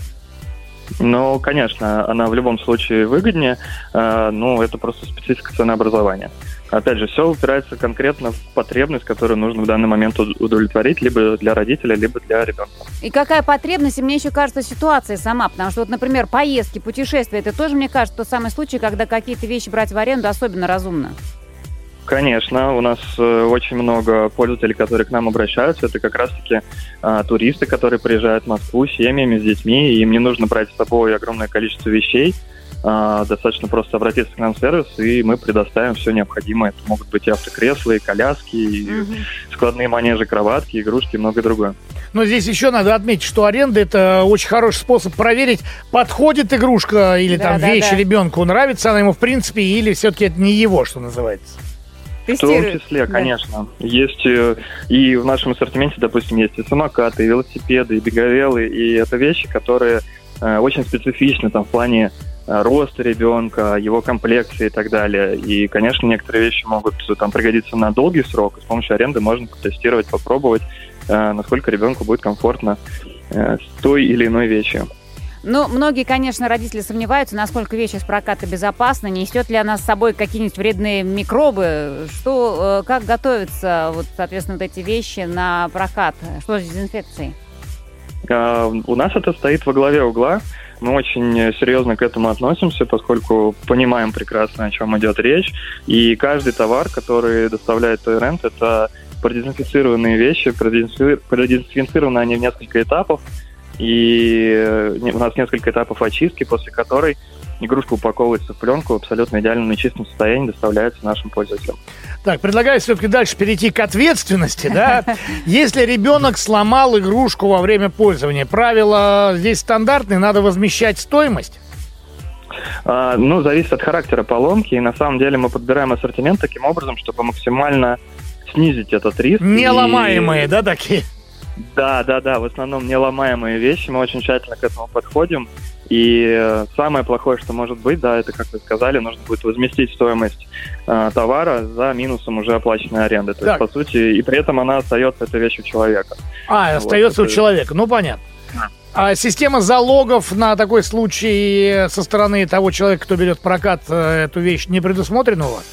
Ну, конечно, она в любом случае выгоднее, э, ну, это просто специфика ценообразования. Опять же, все упирается конкретно в потребность, которую нужно в данный момент удовлетворить либо для родителя, либо для ребенка. И какая потребность, и мне еще кажется, ситуация сама, потому что, вот, например, поездки, путешествия, это тоже, мне кажется, тот самый случай, когда какие-то вещи брать в аренду особенно разумно. Конечно, у нас э, очень много пользователей, которые к нам обращаются. Это как раз-таки э, туристы, которые приезжают в Москву с семьями, с детьми, и им не нужно брать с собой огромное количество вещей. Э, достаточно просто обратиться к нам в сервис, и мы предоставим все необходимое. Это могут быть и автокресла, и коляски, и mm-hmm. складные манежи, кроватки, игрушки и многое другое. Но здесь еще надо отметить, что аренда – это очень хороший способ проверить, подходит игрушка или да, там да, вещь да. ребенку, нравится она ему в принципе, или все-таки это не его, что называется. В том числе, конечно. Да. Есть и в нашем ассортименте, допустим, есть и самокаты, и велосипеды, и беговелы, и это вещи, которые э, очень специфичны там, в плане э, роста ребенка, его комплекции и так далее. И, конечно, некоторые вещи могут там пригодиться на долгий срок, и с помощью аренды можно потестировать, попробовать, э, насколько ребенку будет комфортно э, с той или иной вещью. Ну, многие, конечно, родители сомневаются, насколько вещь из проката безопасна, не несет ли она с собой какие-нибудь вредные микробы, что, как готовятся, вот, соответственно, вот эти вещи на прокат, что с дезинфекцией? Uh, у нас это стоит во главе угла. Мы очень серьезно к этому относимся, поскольку понимаем прекрасно, о чем идет речь. И каждый товар, который доставляет Toy Rent, это продезинфицированные вещи, продезинфицированы они в несколько этапов. и у нас несколько этапов очистки, после которой игрушка упаковывается в пленку, абсолютно идеально на чистом состоянии доставляется нашим пользователям. Так, предлагаю все-таки дальше перейти к ответственности, да? Если ребенок сломал игрушку во время пользования, правила здесь стандартные, надо возмещать стоимость? А, ну, зависит от характера поломки, и на самом деле мы подбираем ассортимент таким образом, чтобы максимально снизить этот риск. Неломаемые, и... да, такие? Да, да, да, в основном неломаемые вещи, мы очень тщательно к этому подходим. И самое плохое, что может быть, да, это, как вы сказали, нужно будет возместить стоимость э, товара за минусом уже оплаченной аренды. То так. есть, по сути, и при этом она остается, эта вещь, у человека. А, вот, остается это... у человека, ну понятно. Да. А система залогов на такой случай со стороны того человека, кто берет в прокат э, эту вещь, не предусмотрена у вас?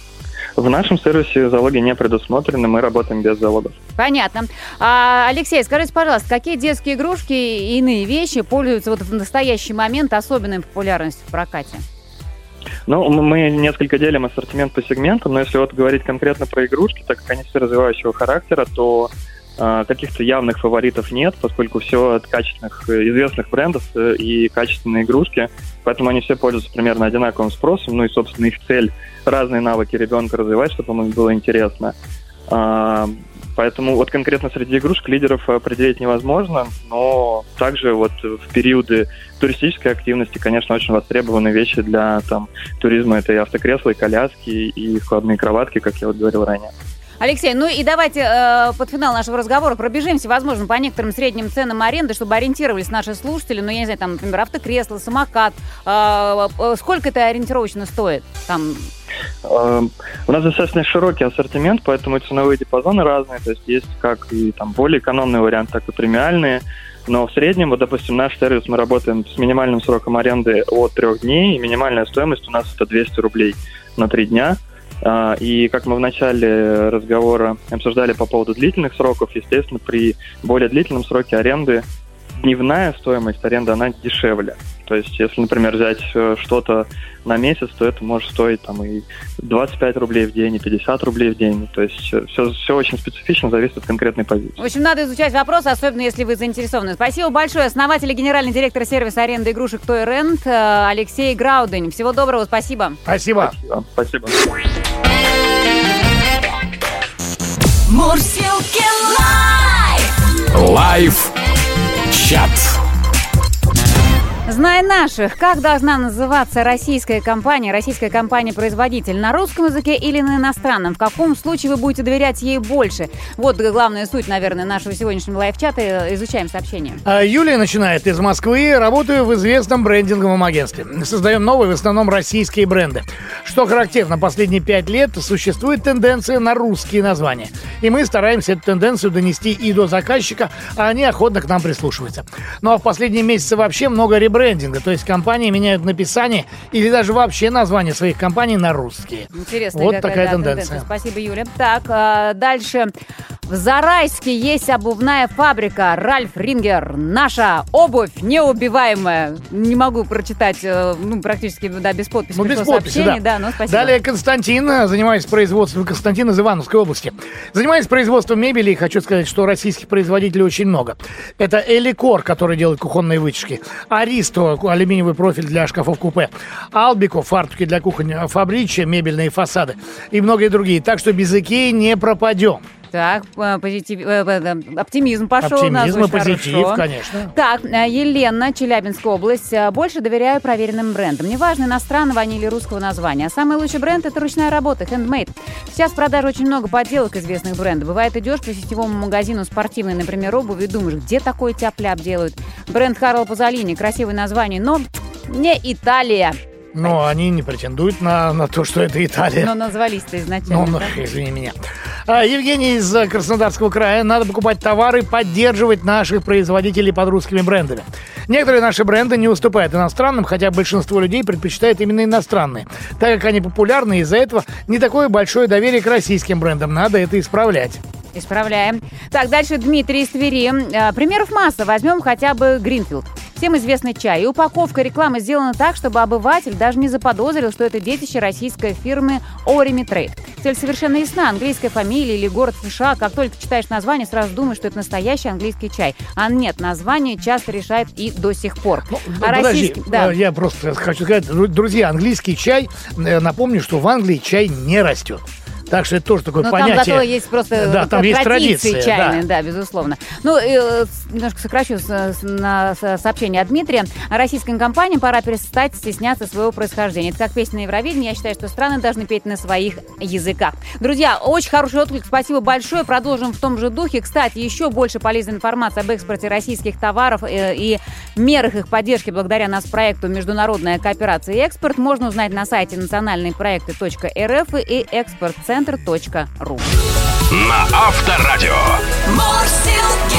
В нашем сервисе залоги не предусмотрены, мы работаем без залогов. Понятно. А, Алексей, скажите, пожалуйста, какие детские игрушки и иные вещи пользуются вот в настоящий момент особенной популярностью в прокате? Ну, мы несколько делим ассортимент по сегментам, но если вот говорить конкретно про игрушки, так как они все развивающего характера, то э, каких-то явных фаворитов нет, поскольку все от качественных, известных брендов э, и качественные игрушки, поэтому они все пользуются примерно одинаковым спросом, ну и, собственно, их цель – разные навыки ребенка развивать, чтобы ему было интересно. А, поэтому вот конкретно среди игрушек лидеров определить невозможно, но также вот в периоды туристической активности, конечно, очень востребованы вещи для там, туризма. Это и автокресла, и коляски, и складные кроватки, как я вот говорил ранее. Алексей, ну и давайте э, под финал нашего разговора пробежимся, возможно, по некоторым средним ценам аренды, чтобы ориентировались наши слушатели. Ну, я не знаю, там, например, автокресло, самокат. Э, э, сколько это ориентировочно стоит? Там... Э, у нас достаточно широкий ассортимент, поэтому ценовые диапазоны разные. То есть есть как и там более экономный вариант, так и премиальные. Но в среднем, вот, допустим, наш сервис, мы работаем с минимальным сроком аренды от трех дней, и минимальная стоимость у нас это двести рублей на три дня. И как мы в начале разговора обсуждали по поводу длительных сроков, естественно, при более длительном сроке аренды дневная стоимость аренды, она дешевле. То есть, если, например, взять что-то на месяц, то это может стоить там, и двадцать пять рублей в день, и пятьдесят рублей в день. То есть, все, все очень специфично, зависит от конкретной позиции. В общем, надо изучать вопрос, особенно если вы заинтересованы. Спасибо большое. Основатель и генеральный директор сервиса аренды игрушек Toy Rent Алексей Граудень. Всего доброго, спасибо. Спасибо. Спасибо. Спасибо. Мурзилки лайф! Лайф-чат. Знай наших, как должна называться российская компания, российская компания-производитель, на русском языке или на иностранном? В каком случае вы будете доверять ей больше? Вот главная суть, наверное, нашего сегодняшнего лайв-чата. Изучаем сообщения. Юлия начинает из Москвы. Работаю в известном брендинговом агентстве. Создаем новые, в основном российские бренды. Что характерно, последние пять лет существует тенденция на русские названия. И мы стараемся эту тенденцию донести и до заказчика, а они охотно к нам прислушиваются. Ну а в последние месяцы вообще много ребрендинга, то есть компании меняют написание или даже вообще название своих компаний на русские. Интересно, вот какая, такая да, тенденция. тенденция. Спасибо, Юля. Так, а, дальше. В Зарайске есть обувная фабрика Ральф Рингер. Наша обувь неубиваемая. Не могу прочитать, ну, практически, да, без подписи. Ну, без подписи, да. да, но спасибо. Далее Константин, занимаюсь производством, Константин из Ивановской области. Занимаюсь производством мебели, и хочу сказать, что российских производителей очень много. Это Эликор, который делает кухонные вытяжки, Аристо, алюминиевый профиль для шкафов-купе, Албико, фартуки для кухонь, Фабриче, мебельные фасады и многие другие. Так что без Икеи не пропадем. Так, позитив, оптимизм пошел. Оптимизм и позитив, хорошо. конечно. Так, Елена, Челябинская область. Больше доверяю проверенным брендам. Неважно, иностранного они или русского названия. А самый лучший бренд – это ручная работа, handmade. Сейчас в продаже очень много подделок известных брендов. Бывает, идешь по сетевому магазину спортивной, например, обуви, и думаешь, где такой тяп-ляп делают. Бренд Карло Пазолини, красивое название, но не Италия. Но они не претендуют на, на то, что это Италия. Но назвались-то изначально. Ну, ну, извини меня. А, Евгений из Краснодарского края. Надо покупать товары, поддерживать наших производителей под русскими брендами. Некоторые наши бренды не уступают иностранным, хотя большинство людей предпочитает именно иностранные. Так как они популярны, из-за этого не такое большое доверие к российским брендам. Надо это исправлять. Исправляем. Так, дальше Дмитрий из Твери. Примеров масса. Возьмем хотя бы Гринфилд. Всем известный чай. И упаковка рекламы сделана так, чтобы обыватель даже не заподозрил, что это детище российской фирмы Oremi Trade. Цель совершенно ясна. Английская фамилия или город в США. Как только читаешь название, сразу думаешь, что это настоящий английский чай. А нет, название часто решает и до сих пор. Ну, а подожди, российский... да. я просто хочу сказать, друзья, английский чай, напомню, что в Англии чай не растет. Так что это тоже такое Но понятие. там зато есть просто да, там есть традиции традиции, чайные, да. да, безусловно. Ну, э, немножко сокращу с, с, на с, сообщение от Дмитрия. Российским компаниям пора перестать стесняться своего происхождения. Это как песня на Евровидении. Я считаю, что страны должны петь на своих языках. Друзья, очень хороший отклик. Спасибо большое. Продолжим в том же духе. Кстати, еще больше полезной информации об экспорте российских товаров э, и мерах их поддержки благодаря нас проекту «Международная кооперация и экспорт» можно узнать на сайте национальные проекты точка эр эф и экспортцентр точка ру. На Авторадио. Мурзилки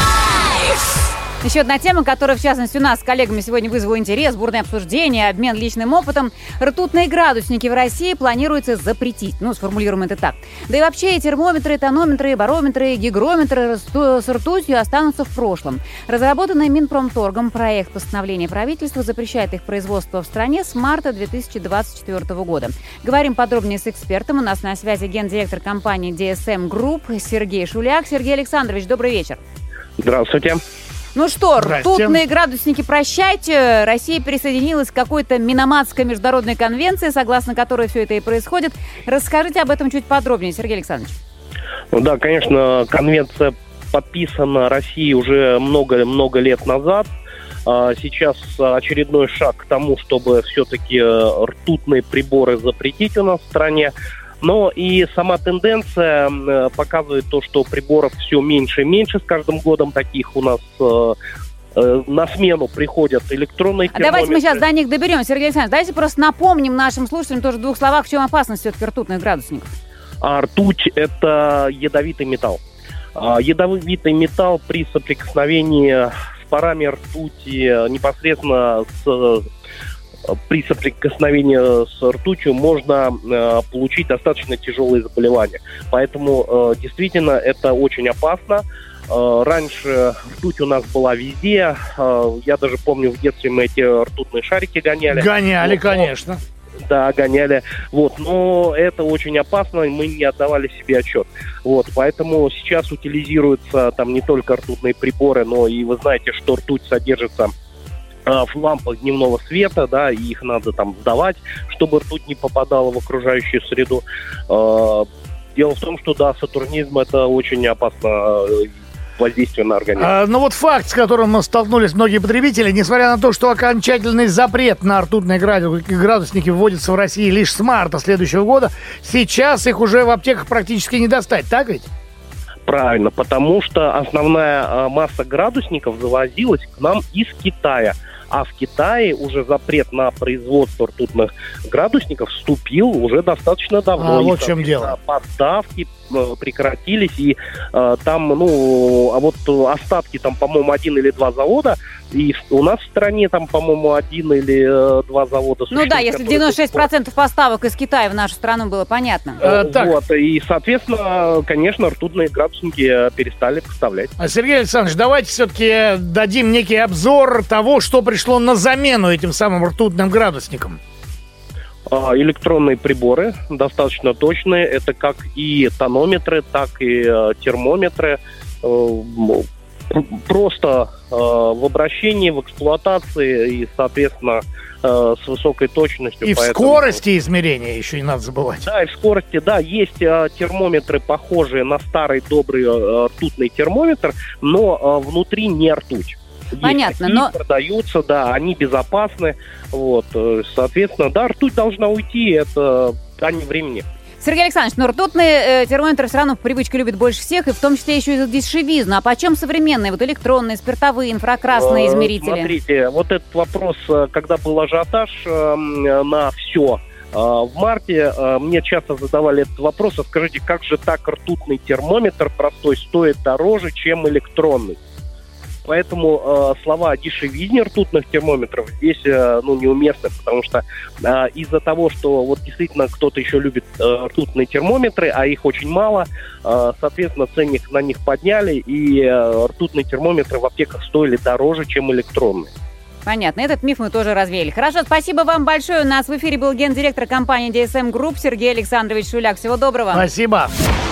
лайф. Еще одна тема, которая, в частности, у нас с коллегами сегодня вызвала интерес, бурное обсуждение, обмен личным опытом. Ртутные градусники в России планируется запретить. Ну, сформулируем это так. Да и вообще и термометры, и тонометры, и барометры, и гигрометры с ртутью останутся в прошлом. Разработанный Минпромторгом проект постановления правительства запрещает их производство в стране с марта две тысячи двадцать четвёртого года. Говорим подробнее с экспертом. У нас на связи гендиректор компании ди эс эм Group Сергей Шуляк. Сергей Александрович, добрый вечер. Здравствуйте. Ну что, Здрасте. ртутные градусники прощайте. Россия присоединилась к какой-то Минаматской международной конвенции, согласно которой все это и происходит. Расскажите об этом чуть подробнее, Сергей Александрович. Ну да, конечно, конвенция подписана Россией уже много-много лет назад. Сейчас очередной шаг к тому, чтобы все-таки ртутные приборы запретить у нас в стране. Но и сама тенденция показывает то, что приборов все меньше и меньше с каждым годом. Таких у нас э, э, на смену приходят электронные термометры. А давайте мы сейчас до них доберемся, Сергей Александрович. Давайте просто напомним нашим слушателям тоже в двух словах, в чем опасность все-таки ртутных градусников. А ртуть – это ядовитый металл. А ядовитый металл при соприкосновении с парами ртути непосредственно с... при соприкосновении с ртутью можно э, получить достаточно тяжелые заболевания. Поэтому э, действительно это очень опасно. Э, раньше ртуть у нас была везде. Э, я даже помню, в детстве мы эти ртутные шарики гоняли. Гоняли, вот, конечно. Да, гоняли. Вот, но это очень опасно, мы не отдавали себе отчет. Вот, поэтому сейчас утилизируются там не только ртутные приборы, но и вы знаете, что ртуть содержится в лампах дневного света, да, и их надо там сдавать, чтобы ртуть не попадала в окружающую среду. Дело в том, что, да, сатурнизм – это очень опасно воздействие на организм. А, ну вот факт, с которым столкнулись многие потребители, несмотря на то, что окончательный запрет на ртутные градусники вводится в России лишь с марта следующего года, сейчас их уже в аптеках практически не достать, так ведь? Правильно, потому что основная а, масса градусников завозилась к нам из Китая. А в Китае уже запрет на производство ртутных градусников вступил уже достаточно давно. А и, вот в чем дело. Поставки э, прекратились, и э, там, ну, а вот остатки, там, по-моему, один или два завода, и у нас в стране, там, по-моему, один или э, два завода. Ну да, если девяносто шесть процентов поставок из Китая в нашу страну было, понятно. А, так. Вот, и, соответственно, конечно, ртутные градусники перестали поставлять. А, Сергей Александрович, давайте все-таки дадим некий обзор того, что пришло на замену этим самым ртутным градусникам. Электронные приборы достаточно точные. Это как и тонометры, так и э, термометры. Э, просто э, в обращении, в эксплуатации и, соответственно, э, с высокой точностью. И Поэтому... в скорости измерения еще не надо забывать. Да, и в скорости, да. Есть э, термометры, похожие на старый добрый э, ртутный термометр, но э, внутри не ртуть. Есть Понятно, такие, но... продаются, да, они безопасны, вот, соответственно, да, ртуть должна уйти, это питание времени. Сергей Александрович, но ртутные э, термометры все равно в привычке любят больше всех, и в том числе еще и за дешевизну. А почем современные, вот электронные, спиртовые, инфракрасные измерители? Смотрите, вот этот вопрос, когда был ажиотаж э, на все, в марте мне часто задавали этот вопрос, а скажите, как же так ртутный термометр простой стоит дороже, чем электронный? Поэтому э, слова о дешевизне ртутных термометров здесь э, ну, неуместны, потому что э, из-за того, что вот действительно кто-то еще любит э, ртутные термометры, а их очень мало, э, соответственно, ценник на них подняли, и э, ртутные термометры в аптеках стоили дороже, чем электронные. Понятно, этот миф мы тоже развеяли. Хорошо, спасибо вам большое. У нас в эфире был гендиректор компании ди эс эм Group Сергей Александрович Шуляк. Всего доброго. Спасибо.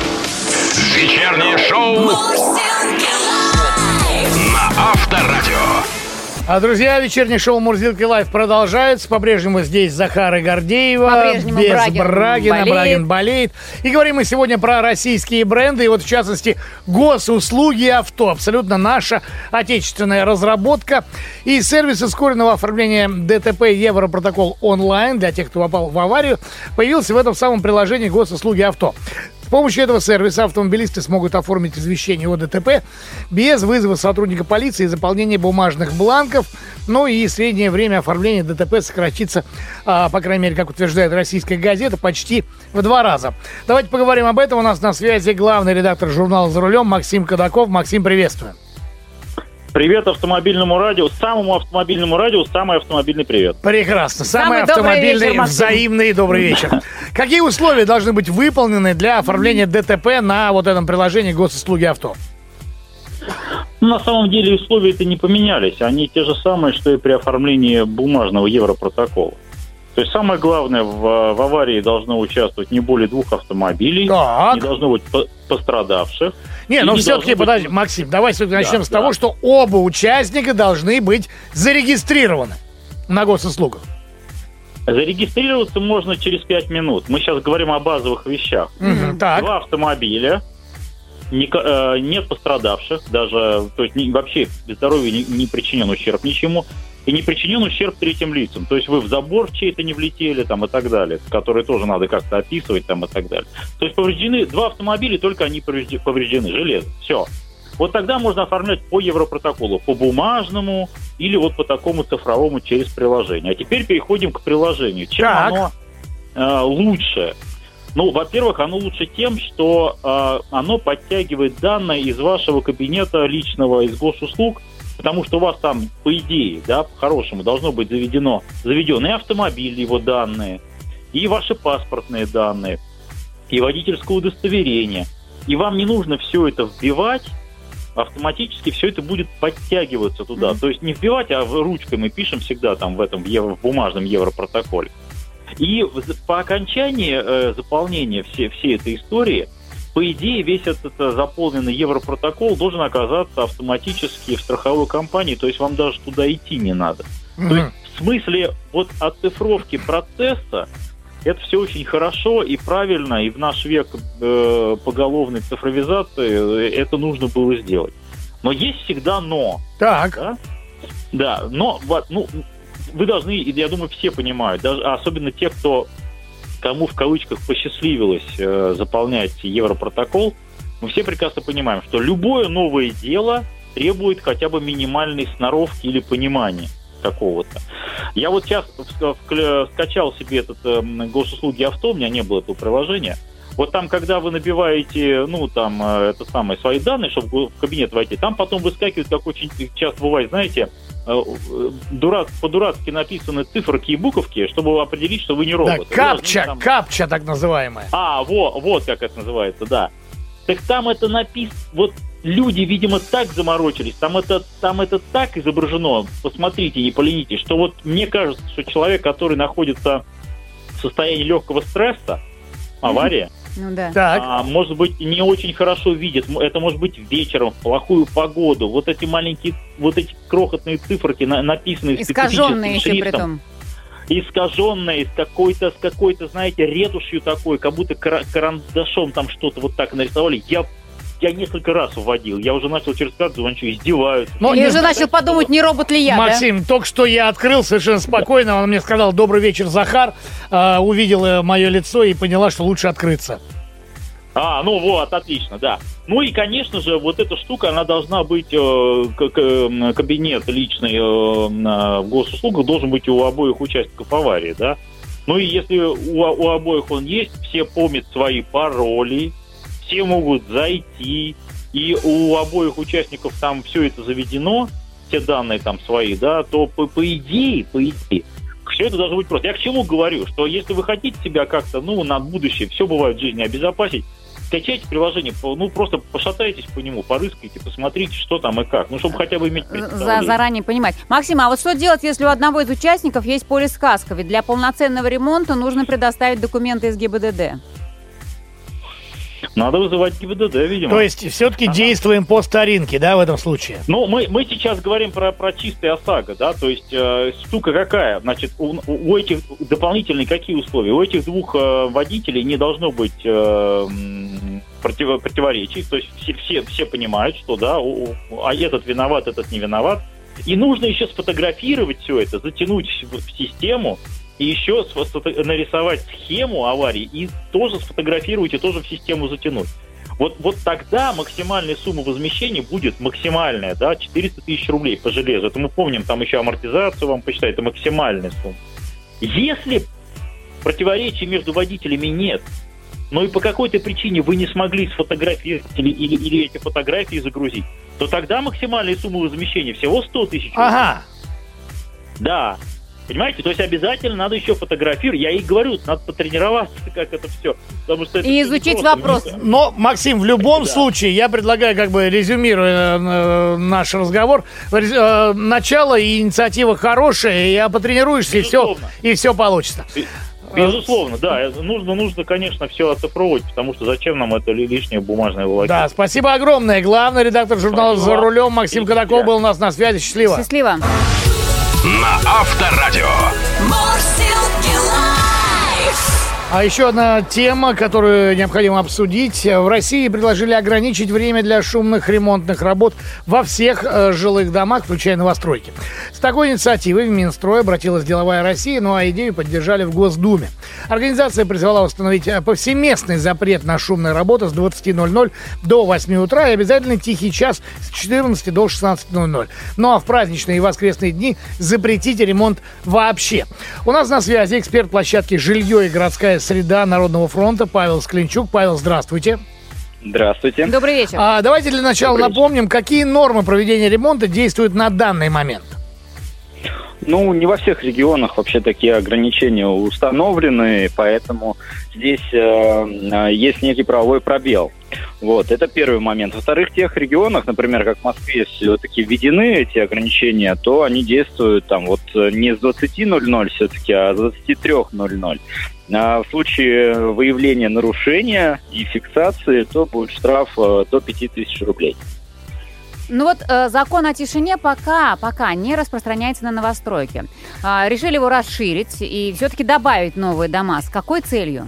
Вечернее шоу Мурзилки лайф. на Авторадио. А, друзья, вечернее шоу «Мурзилки Лайф» продолжается. По-прежнему здесь Захара Гордеева. По-прежнему без Брагин Брагина. болеет. Брагин болеет. И говорим мы сегодня про российские бренды. И вот, в частности, госуслуги авто. Абсолютно наша отечественная разработка. И сервис ускоренного оформления ДТП «Европротокол онлайн» для тех, кто попал в аварию, появился в этом самом приложении госуслуги авто. С помощью этого сервиса автомобилисты смогут оформить извещение о ДТП без вызова сотрудника полиции и заполнения бумажных бланков. Ну и среднее время оформления ДТП сократится, а, по крайней мере, как утверждает «Российская газета», почти в два раза. Давайте поговорим об этом. У нас на связи главный редактор журнала «За рулем» Максим Кадаков. Максим, приветствую. Привет автомобильному радио. Самому автомобильному радио самый автомобильный привет. Прекрасно. Самый, Самый добрый автомобильный, вечер, Максим. взаимный добрый вечер. Какие условия должны быть выполнены для оформления ДТП на вот этом приложении госуслуги авто? Ну, на самом деле условия-то не поменялись. Они те же самые, что и при оформлении бумажного Европротокола. То есть самое главное, в, в аварии должно участвовать не более двух автомобилей, Так. не должно быть по- пострадавших. Не, И ну не все-таки, должно быть- подожди, Максим, давай все-таки начнем Да, с того, да. что оба участника должны быть зарегистрированы на госуслугах. Зарегистрироваться можно через пять минут. Мы сейчас говорим о базовых вещах. Мгм, так. Два автомобиля, ника- э, нет пострадавших, даже, то есть ни- вообще здоровью не, не причинен ущерб ничему, и не причинен ущерб третьим лицам. То есть вы в забор чей-то не влетели там, и так далее, которые тоже надо как-то описывать там, и так далее. То есть повреждены два автомобиля, только они повреждены, повреждены железо. Все. Вот тогда можно оформлять по Европротоколу, по бумажному или вот по такому цифровому через приложение. А теперь переходим к приложению. Чем Так. оно э, лучше? Ну, во-первых, оно лучше тем, что э, оно подтягивает данные из вашего кабинета личного, из госуслуг, потому что у вас там, по идее, да, по-хорошему, должно быть заведено, заведен и автомобиль, его данные, и ваши паспортные данные, и водительское удостоверение. И вам не нужно все это вбивать, автоматически все это будет подтягиваться туда. Mm-hmm. То есть не вбивать, а ручкой мы пишем всегда там в этом в, евро, в бумажном Европротоколе. И по окончании э, заполнения всей, всей этой истории, по идее, весь этот э, заполненный Европротокол должен оказаться автоматически в страховой компании, то есть вам даже туда идти не надо. Мгм. То есть в смысле вот оцифровки процесса это все очень хорошо и правильно, и в наш век э, поголовной цифровизации э, это нужно было сделать. Но есть всегда но. Так. Да, да, но вот, ну, вы должны, я думаю, все понимают, даже, особенно те, кто, кому в кавычках посчастливилось э, заполнять Европротокол, мы все прекрасно понимаем, что любое новое дело требует хотя бы минимальной сноровки или понимания какого-то. Я вот сейчас скачал себе этот э, госуслуги авто, у меня не было этого приложения. Вот там, когда вы набиваете, ну, там, э, это самое, свои данные, чтобы в кабинет войти, там потом выскакивает, как очень часто бывает, знаете, э, э, дурак, по-дурацки написаны циферки и буковки, чтобы определить, что вы не Да, робот. Вы капча, должны там- капча так называемая. А, вот, вот как это называется, да. Так там это написано, вот люди, видимо, так заморочились, там это, там это так изображено, посмотрите, не поленитесь, что вот мне кажется, что человек, который находится в состоянии легкого стресса, авария, Ну да. Так. а, может быть, не очень хорошо видит. Это может быть вечером, в плохую погоду. Вот эти маленькие, вот эти крохотные циферки, на, написанные Искаженные специфическим еще при шрифтом, том. искаженные, с какой-то, с какой-то, знаете, ретушью такой, как будто кара- карандашом там что-то вот так нарисовали. Я, я несколько раз вводил. Я уже начал через карту звонить, издеваются. Ну, Я не уже знаю, начал подумать, не робот ли я, да? Максим, только что я открыл совершенно спокойно. Он мне сказал: добрый вечер, Захар. А, увидела мое лицо и поняла, что лучше открыться. А, ну вот, отлично, да. Ну и, конечно же, вот эта штука, она должна быть, э, как, э, кабинет личный э, на- в госуслугах должен быть у обоих участников аварии, да. Ну и если у, у обоих он есть, все помнят свои пароли, все могут зайти, и у обоих участников там все это заведено, все данные там свои, да, то по, по идее, по идее, все это должно быть просто. Я к чему говорю, что если вы хотите себя как-то, ну, на будущее, все бывает в жизни, обезопасить, скачайте приложение, ну, просто пошатайтесь по нему, порыскайте, посмотрите, что там и как. Ну, чтобы хотя бы иметь представление. За, заранее понимать. Максим, а вот что делать, если у одного из участников есть полис КАСКО? Ведь для полноценного ремонта нужно предоставить документы из ГИБДД. Надо вызывать ГИБДД, видимо. То есть все-таки ага. действуем по старинке, да, в этом случае? Ну, мы, мы сейчас говорим про, про чистый ОСАГО, да, то есть э, штука какая? Значит, у, у этих дополнительные какие условия? У этих двух э, водителей не должно быть э, против, противоречий, то есть все, все, все понимают, что, да, у, а этот виноват, этот не виноват. И нужно еще сфотографировать все это, затянуть в, в систему, и еще нарисовать схему аварии и тоже сфотографировать и тоже в систему затянуть. Вот, вот тогда максимальная сумма возмещения будет максимальная, да, четыреста тысяч рублей по железу. Это мы помним, там еще амортизацию вам посчитать, это максимальная сумма. Если противоречий между водителями нет, но и по какой-то причине вы не смогли сфотографировать или, или, или эти фотографии загрузить, то тогда максимальная сумма возмещения всего сто тысяч рублей. Ага. Да. Понимаете? То есть обязательно надо еще фотографировать. Я и говорю, надо потренироваться, как это все. Потому что это и изучить вопрос. Но, Максим, в любом да. случае, я предлагаю, как бы резюмируя э, наш разговор, э, начало и инициатива хорошая, и потренируешься, и все, и все получится. Безусловно, да. Нужно, нужно, конечно, все оцифровывать, потому что зачем нам это лишняя бумажная волокита. Да, спасибо огромное. Главный редактор журнала «За рулем» Максим Кадаков был у нас на связи. Счастливо. Счастливо. На Авторадио. А еще одна тема, которую необходимо обсудить. В России предложили ограничить время для шумных ремонтных работ во всех э, жилых домах, включая новостройки. С такой инициативой в Минстрой обратилась деловая Россия, ну а идею поддержали в Госдуме. Организация призвала установить повсеместный запрет на шумные работы с двадцати ноль-ноль до восьми утра и обязательно тихий час с четырнадцати до шестнадцати ноль-ноль. Ну а в праздничные и воскресные дни запретите ремонт вообще. У нас на связи эксперт площадки «Жилье и городская среда» Народного фронта Павел Склинчук. Павел, здравствуйте. Здравствуйте. Добрый вечер. А, давайте для начала Добрый напомним, вечер. Какие нормы проведения ремонта действуют на данный момент. Ну, не во всех регионах вообще такие ограничения установлены, поэтому здесь э, есть некий правовой пробел. Вот, это первый момент. Во-вторых, в тех регионах, например, как в Москве, все-таки введены эти ограничения, то они действуют там вот не с двадцати ноль-ноль все-таки, а с двадцати трёх ноль-ноль. А в случае выявления нарушения и фиксации, то будет штраф э, до пяти тысяч рублей. Ну вот э, закон о тишине пока, пока не распространяется на новостройки. Э, решили его расширить и все-таки добавить новые дома. С какой целью?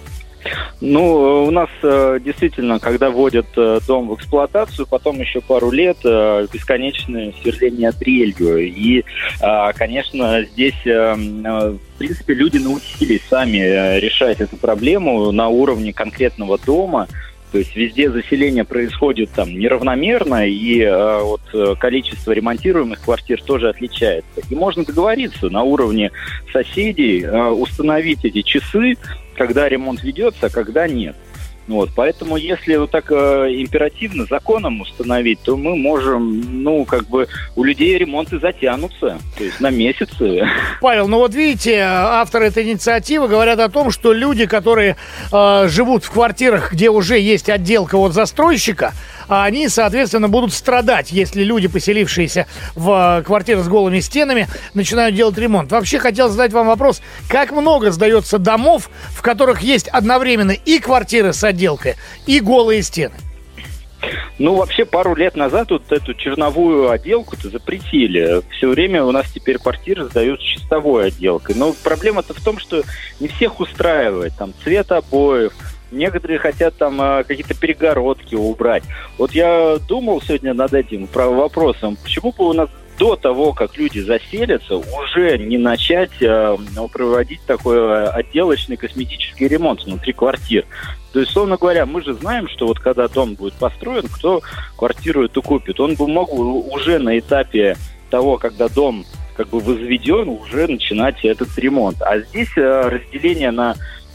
Ну, у нас э, действительно, когда вводят э, дом в эксплуатацию, потом еще пару лет э, бесконечное сверление дрелью. И, э, конечно, здесь, э, э, в принципе, люди научились сами э, решать эту проблему на уровне конкретного дома. То есть везде заселение происходит там неравномерно, и э, вот, количество ремонтируемых квартир тоже отличается. И можно договориться на уровне соседей, э, установить эти часы, когда ремонт ведется, а когда нет. Вот, поэтому если вот так э, императивно законом установить, то мы можем, ну, как бы у людей ремонты затянутся, то есть на месяцы. Павел, ну вот видите, авторы этой инициативы говорят о том, что люди, которые э, живут в квартирах, где уже есть отделка от застройщика, они, соответственно, будут страдать, если люди, поселившиеся в квартирах с голыми стенами, начинают делать ремонт. Вообще хотел задать вам вопрос, как много сдается домов, в которых есть одновременно и квартиры с отделкой, и голые стены? Ну, вообще, пару лет назад вот эту черновую отделку-то запретили. Все время у нас теперь квартиры сдают с чистовой отделкой. Но проблема-то в том, что не всех устраивает. Там цвет обоев, некоторые хотят там какие-то перегородки убрать. Вот я думал сегодня над этим вопросом, почему бы у нас до того, как люди заселятся, уже не начать э, проводить такой отделочный косметический ремонт внутри квартир. То есть, словно говоря, мы же знаем, что вот когда дом будет построен, кто квартиру эту купит, он бы мог уже на этапе того, когда дом как бы возведен, уже начинать этот ремонт. А здесь э, разделение на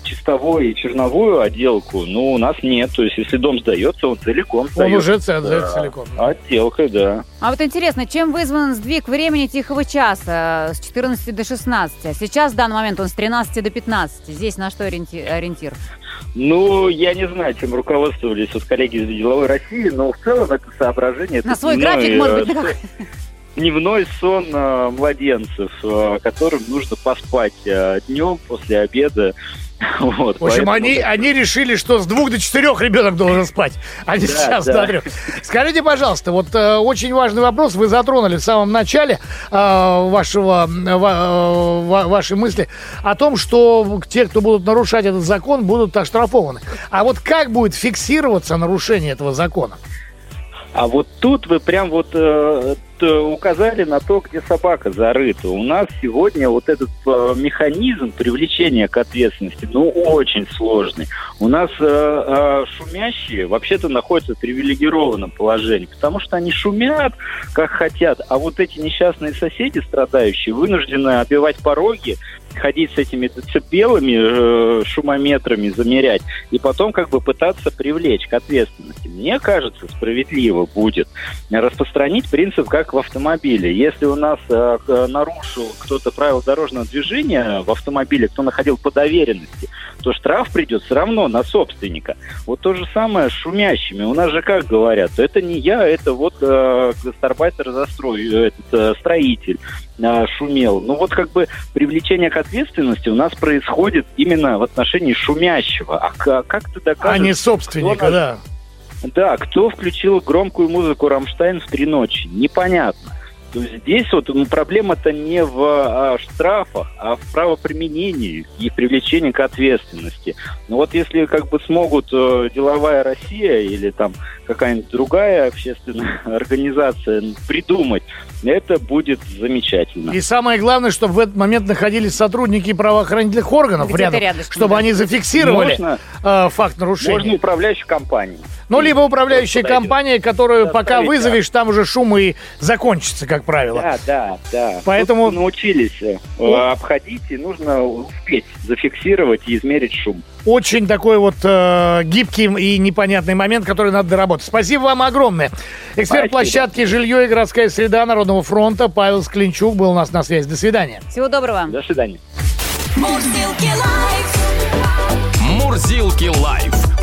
чистовую и черновую отделку, ну, у нас нет. То есть, если дом сдается, он целиком сдается. Он уже сдается целиком. Отделкой, да. А вот интересно, чем вызван сдвиг времени тихого часа с четырнадцати до шестнадцати? А сейчас, в данный момент, он с тринадцати до пятнадцати. Здесь на что ориенти- ориентир? Ну, я не знаю, чем руководствовались вот коллеги из «Деловой России», но в целом это соображение... На это свой дневной, график, может быть, э, да? Дневной сон э, младенцев, э, которым нужно поспать э, днем после обеда. Вот, В общем, поэтому... они, они решили, что с двух до четырех ребенок должен спать, а не Да, с часа да. до трех. Скажите, пожалуйста, вот э, очень важный вопрос вы затронули в самом начале э, вашего, э, ва- ва- вашей мысли о том, что те, кто будут нарушать этот закон, будут оштрафованы. А вот как будет фиксироваться нарушение этого закона? А вот тут вы прям вот э, т- указали на то, где собака зарыта. У нас сегодня вот этот э, механизм привлечения к ответственности, ну, очень сложный. У нас э, э, шумящие вообще-то находятся в привилегированном положении, потому что они шумят, как хотят, а вот эти несчастные соседи, страдающие, вынуждены обивать пороги, ходить с этими децибелами, э, шумометрами, замерять, и потом как бы пытаться привлечь к ответственности. Мне кажется, справедливо будет распространить принцип, как в автомобиле. Если у нас э, нарушил кто-то правила дорожного движения в автомобиле, кто находил по доверенности, то штраф придет все равно на собственника. Вот то же самое с шумящими. У нас же как говорят, это не я, это вот э, гастарбайтер, застрой, этот э, строитель э, шумел. Ну вот как бы привлечение к ответственности у нас происходит именно в отношении шумящего. А к- как ты докажешь? А не собственника, кто, да. Да, кто включил громкую музыку «Рамштайн» в три ночи? Непонятно. То есть здесь вот м, проблема-то не в а, штрафах, а в правоприменении и привлечении к ответственности. Но вот если как бы смогут э, «Деловая Россия» или там какая-нибудь другая общественная организация придумать, это будет замечательно. И самое главное, чтобы в этот момент находились сотрудники правоохранительных органов Где-то рядом, рядышком, чтобы да. они зафиксировали Можно- э, факт нарушения. Можно управляющую компанию. Ну, либо управляющая Подойдет. компания, которую Да, пока смотрите, вызовешь, там уже шум и закончится, как правило. Да, да, да. Поэтому- Тут научились э, обходить, и нужно успеть зафиксировать и измерить шум. Очень такой вот э, гибкий и непонятный момент, который надо доработать. Спасибо вам огромное. Эксперт Спасибо. площадки «Жилье и городская среда» Народного фронта Павел Склинчук был у нас на связи. До свидания. Всего доброго. До свидания. Мурзилки лайф. Мурзилки лайф.